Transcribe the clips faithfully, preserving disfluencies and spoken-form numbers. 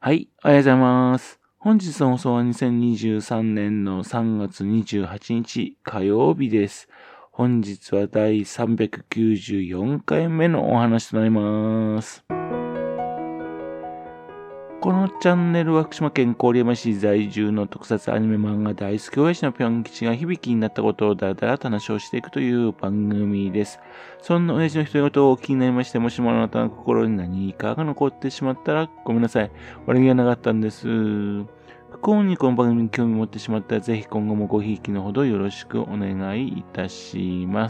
はい、おはようございます。本日の放送はにせんにじゅうさんねんのさんがつにじゅうはちにち火曜日です。本日はだいさんびゃくきゅうじゅうよんかいめのお話となります。このチャンネルは福島県郡山市在住の特撮アニメ漫画大好き親父のぴょん吉が響きになったことをだらだらと話をしていくという番組です。そんな親父の独り言をお気になりまして、もしもあなたの心に何かが残ってしまったらごめんなさい。悪気がなかったんです。不幸にこの番組に興味を持ってしまったら、ぜひ今後もごひいきのほどよろしくお願いいたします。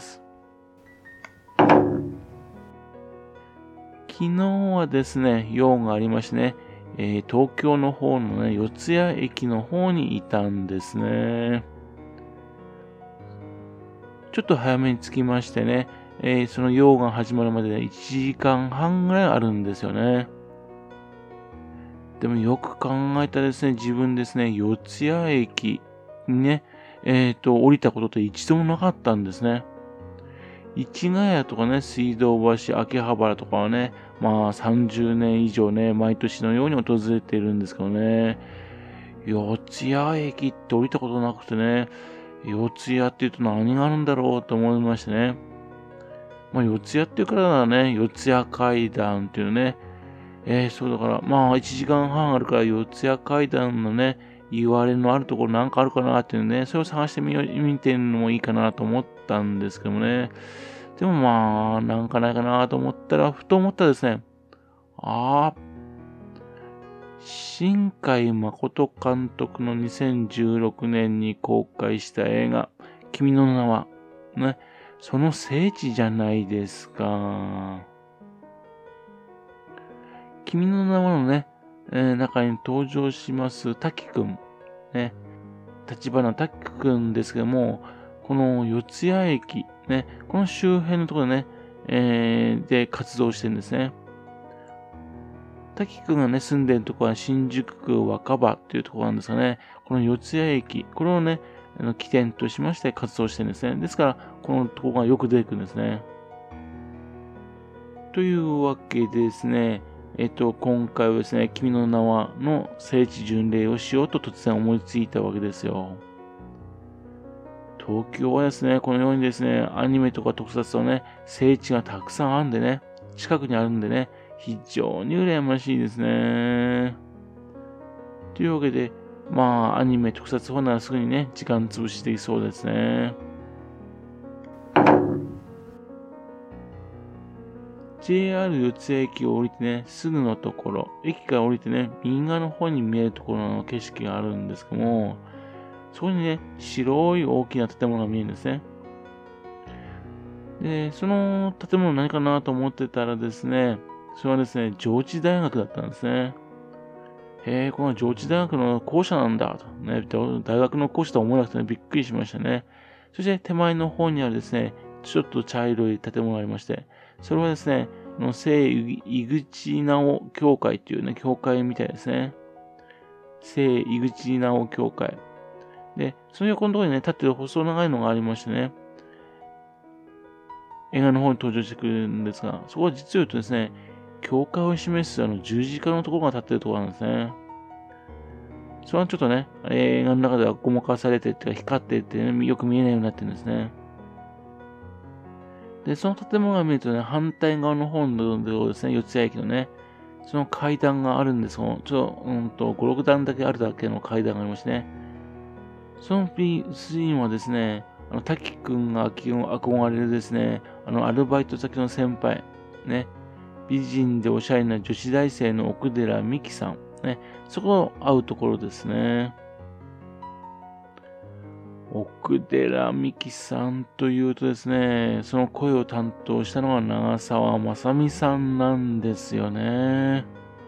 昨日はですね、用がありましてね、えー、東京の方のね、四ツ谷駅の方にいたんですね。ちょっと早めに着きましてね、えー、その用が始まるまで、ね、いちじかんはんぐらいあるんですよね。でもよく考えたらですね、自分ですね、四ツ谷駅にね、えっと、降りたことって一度もなかったんですね。市ヶ谷とかね、水道橋、秋葉原とかはね、まあさんじゅうねん以上ね、毎年のように訪れているんですけどね、四ツ谷駅って降りたことなくてね、四ツ谷って言うと何があるんだろうと思いましてね。まあ四ツ谷っていうからならね、四ツ谷階段っていうね、えー、そうだから、まあいちじかんはんあるから四ツ谷階段のね、言われのあるところなんかあるかなっていうね、それを探してみよう、見てるのもいいかなと思ったんですけどもね。でもまあ、なんかないかなと思ったら、ふと思ったらですね、ああ、新海誠監督のにせんじゅうろくねんに公開した映画、君の名は、ね、その聖地じゃないですか。君の名はのね、えー、中に登場します滝くん、ね、立花滝くんですけども、この四ツ谷駅、ね、この周辺のところでね、えー、で活動してるんですね。滝くんがね、住んでるところは新宿区若葉っていうところなんですがね、この四ツ谷駅、これをね、あの起点としまして活動してるんですね。ですから、このところがよく出てくるんですね。というわけでですね、えっと、今回はですね、君の名はの聖地巡礼をしようと突然思いついたわけですよ。東京はですね、このようにですね、アニメとか特撮のね、聖地がたくさんあるんでね、近くにあるんでね、非常に羨ましいですね。というわけで、まあ、アニメ特撮ファンならすぐにね、時間潰しできそうですね。ジェイアール 四ツ谷駅を降りてね、すぐのところ、駅から降りてね、右側の方に見えるところの景色があるんですけども、そこにね、白い大きな建物が見えるんですね。で、その建物何かなと思ってたらですね、それはですね、上智大学だったんですね。へえ、この上智大学の校舎なんだと。ね、大学の校舎とは思わなくてね、びっくりしましたね。そして手前の方にあるですね、ちょっと茶色い建物がありまして、それはですね、の聖井口直教会っていうね、教会みたいですね。聖井口直教会。で、その横のところにね、立ってる細長いのがありましてね、映画の方に登場してくるんですが、そこは実を言うとですね、教会を示すあの十字架のところが立ってるところなんですね。それはちょっとね、映画の中ではごまかされてっていうか光ってってね、よく見えないようになってるんですね。で、その建物が見るとね、反対側の方のですね、四ツ谷駅のね、その階段があるんですよ。ちょっと、うんと、ご、ろくだんだけあるだけの階段がありましてね。そのシーンはですね、あの、滝くんが憧れるですね、あの、アルバイト先の先輩、ね、美人でおしゃれな女子大生の奥寺美希さん、ね、そこを会うところですね。奥寺美希さんというとですね、その声を担当したのが長澤まさみさんなんですよね。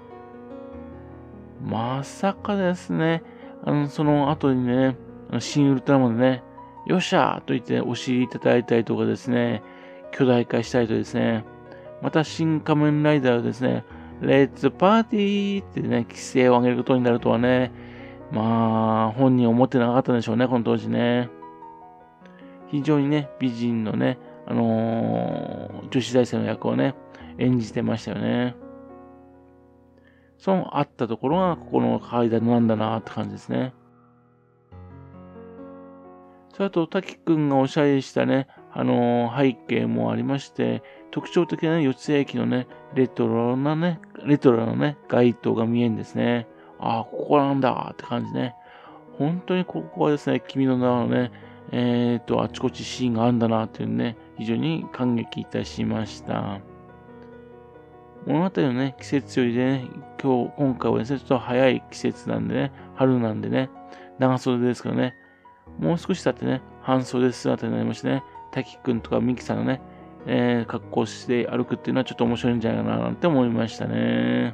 まさかですね、あの、その後にね、新ウルトラマンでね、よっしゃーと言ってお尻いただいたりとかですね、巨大化したりとですね、また新仮面ライダーをですね、レッツパーティーってね、規制を上げることになるとはね、まあ、本人思ってなかったんでしょうね、この当時ね。非常にね、美人のね、あのー、女子大生の役をね、演じてましたよね。 そのあったところがここの階段なんだなって感じですね。それと、滝くんがおしゃれしたね、あのー背景もありまして、特徴的なね、四ツ谷駅のね、レトロなね、レトロなね、街灯が見えるんですね。ああ、ここなんだって感じね。本当にここはですね、君の名はね、えっと、あちこちシーンがあるんだなっていうね、非常に感激いたしました。物語のね、季節よりね、今日、今回はですね、ちょっと早い季節なんでね、春なんでね、長袖ですけどね、もう少し経ってね、半袖姿になりましてね、滝くんとかミキさんのね、えー、格好して歩くっていうのはちょっと面白いんじゃないかななんて思いましたね。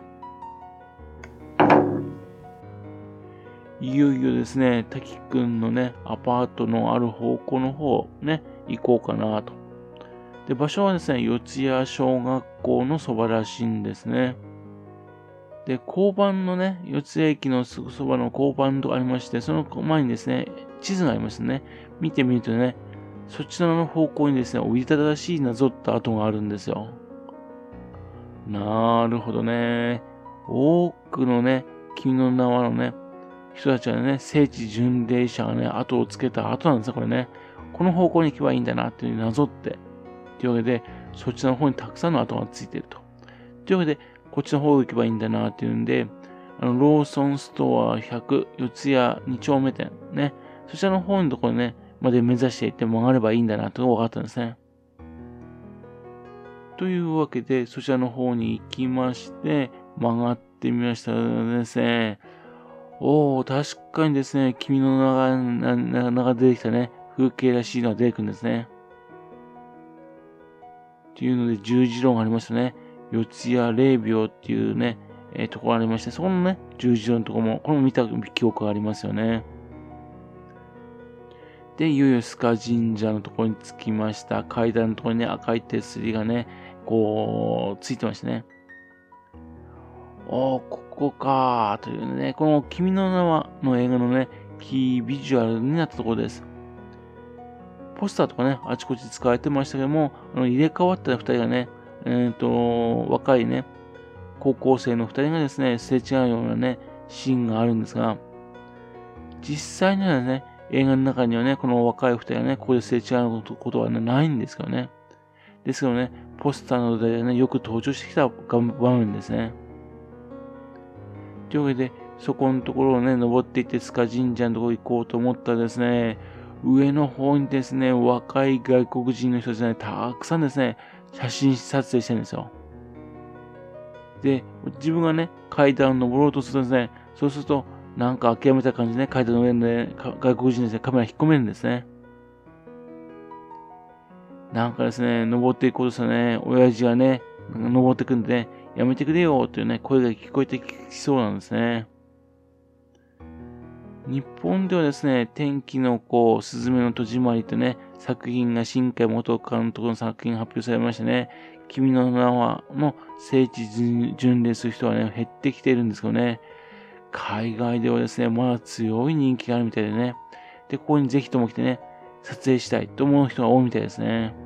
いよいよですね、滝くんのね、アパートのある方向の方ね、行こうかなと。で、場所はですね、四谷小学校のそばらしいんですね。で、交番のね、四ツ谷駅のすぐそばの交番とありまして、その前にですね、地図がありますね。見てみるとね、そちらの方向にですね、おびただしいなぞった跡があるんですよ。なるほどね。多くのね、君の名はのね、人たちはね、聖地巡礼者がね、後をつけた後なんですよ、これね。この方向に行けばいいんだなっていうなぞって。というわけで、そちらの方にたくさんの跡がついていると。というわけで、こっちの方行けばいいんだなっていうんで、あの、ローソンストアひゃく、四谷に丁目店、ね。そちらの方のところね、まで目指していって曲がればいいんだなと分かったんですね。というわけで、そちらの方に行きまして、曲がってみましたらですね、おー、確かにですね、君の名が、な名が出てきたね、風景らしいのが出てくるんですね。っていうので、十字路がありましたね。四谷霊廟っていうね、えー、ところがありまして、そこのね、十字路のところも、これも見た記憶がありますよね。で、いよいよ須賀神社のところに着きました。階段のところにね、赤い手すりがね、こう、ついてましたね。おー、ここかーというね、この君の名はの映画のね、キービジュアルになったところです。ポスターとかね、あちこち使われてましたけども、あの入れ替わった二人がね、えっ、と、若いね、高校生の二人がですね、すれ違うようなね、シーンがあるんですが、実際にはね、映画の中にはね、この若い二人がね、ここですれ違うことはね、ないんですけどね。ですけどね、ポスターのでね、よく登場してきた場面ですね。というわけで、そこのところをね、登っていって須賀神社のところ行こうと思ったらですね、上の方にですね、若い外国人の人ですね、たくさんですね、写真撮影してるんですよ。で、自分がね、階段を登ろうとするとですね、そうすると、なんか諦めた感じでね、階段の上で、ね、外国人ですね、カメラ引っ込めるんですね。なんかですね、登っていこうとしたね、親父がね、登ってくんでね、やめてくれよっていうね、声が聞こえてきそうなんですね。日本ではですね、天気の子、すずめの戸締まりとね、作品が新海元監督の作品発表されましてね、君の名はの聖地巡礼する人はね、減ってきているんですけどね、海外ではですね、まだ強い人気があるみたいでね、で、ここにぜひとも来てね、撮影したいと思う人が多いみたいですね。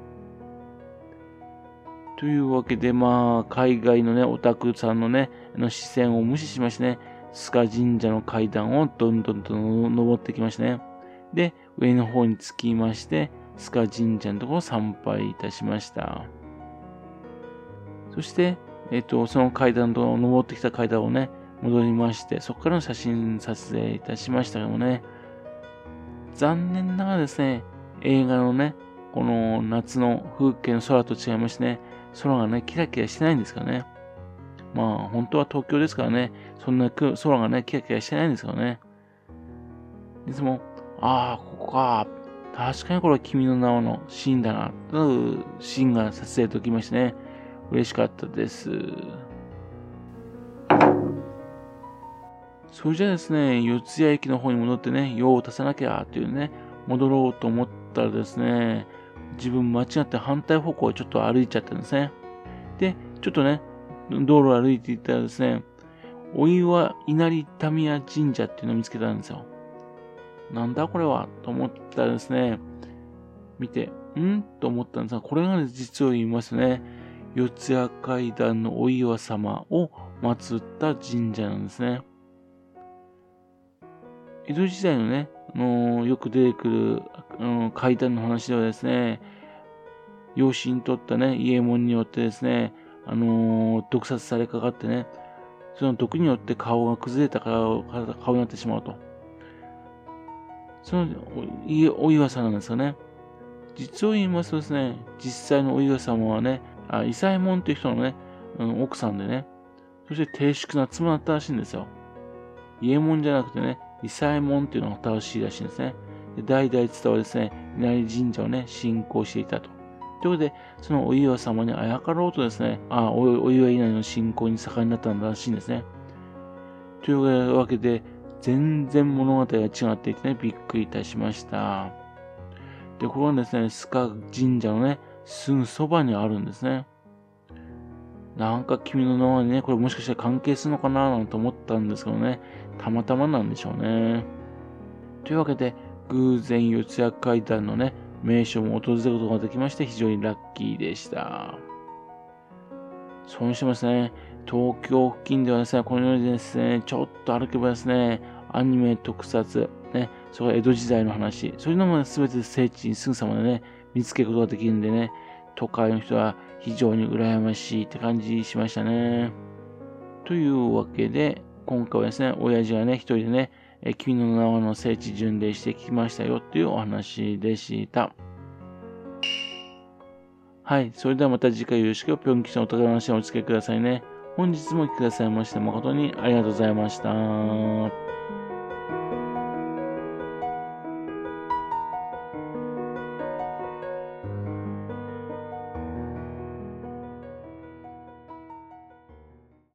というわけで、まあ、海外のね、オタクさんのね、の視線を無視しましてね、須賀神社の階段をどんどんと登ってきましたね。で、上の方に着きまして、須賀神社のところを参拝いたしました。そして、えっと、その階段と登ってきた階段をね、戻りまして、そこからの写真撮影いたしましたけどもね、残念ながらですね、映画のね、この夏の風景の空と違いましてね、空がね、キラキラしてないんですかね。まあ、本当は東京ですからね、そんな空がね、キラキラしてないんですけどね。いつも、ああ、ここか。確かにこれは君の名はのシーンだな、というシーンが撮影できましてね、嬉しかったです。それじゃあですね、四ツ谷駅の方に戻ってね、用を足さなきゃっていうね、戻ろうと思ったらですね、自分間違って反対方向へちょっと歩いちゃったんですね。で、ちょっとね、道路を歩いていったらですね、お岩稲荷民谷神社っていうのを見つけたんですよ。なんだこれはと思ったらですね、見て、んと思ったんですが、これが、ね、実を言いますね、四谷階段のお岩様を祀った神社なんですね。江戸時代のね、あのーよく出てくる、あのー怪談の話ではですね、養子にとったね、伊右衛門によってですね、あのー毒殺されかかってね、その毒によって顔が崩れた顔顔になってしまうと。そのおお岩さんなんですよね。実を言いますとですね、実際のお岩様はね、あ伊左衛門という人のね、うん、奥さんでね、そして低粛な妻だったらしいんですよ。伊右衛門じゃなくてね、伊左衛門っていうのが正しいらしいんですね。で代々伝わるですね、稲荷神社をね、信仰していたと。ということで、そのお岩様にあやかろうとですね、あおお岩稲荷の信仰に盛んになったんだらしいんですね。というわけで、全然物語が違っていてね、びっくりいたしました。で、これはですね、須賀神社のね、すぐそばにあるんですね。なんか君の名はね、これもしかしたら関係するのかななんて思ったんですけどね、たまたまなんでしょうね。というわけで、偶然四谷階段のね、名所も訪れることができまして、非常にラッキーでした。そうしてますね、東京付近ではですね、このようにですね、ちょっと歩けばですね、アニメ特撮、ね、それから江戸時代の話、そういうのも全て聖地にすぐさまでね、見つけることができるんでね、都会の人は非常に羨ましいって感じしましたね。というわけで、今回はですね、親父がね、一人でね、え君の名はの聖地巡礼してきましたよっていうお話でした。はい。それではまた次回よろしくぴょん吉のお宝の話をお付けくださいね。本日もお聞きくださいまして誠にありがとうございました。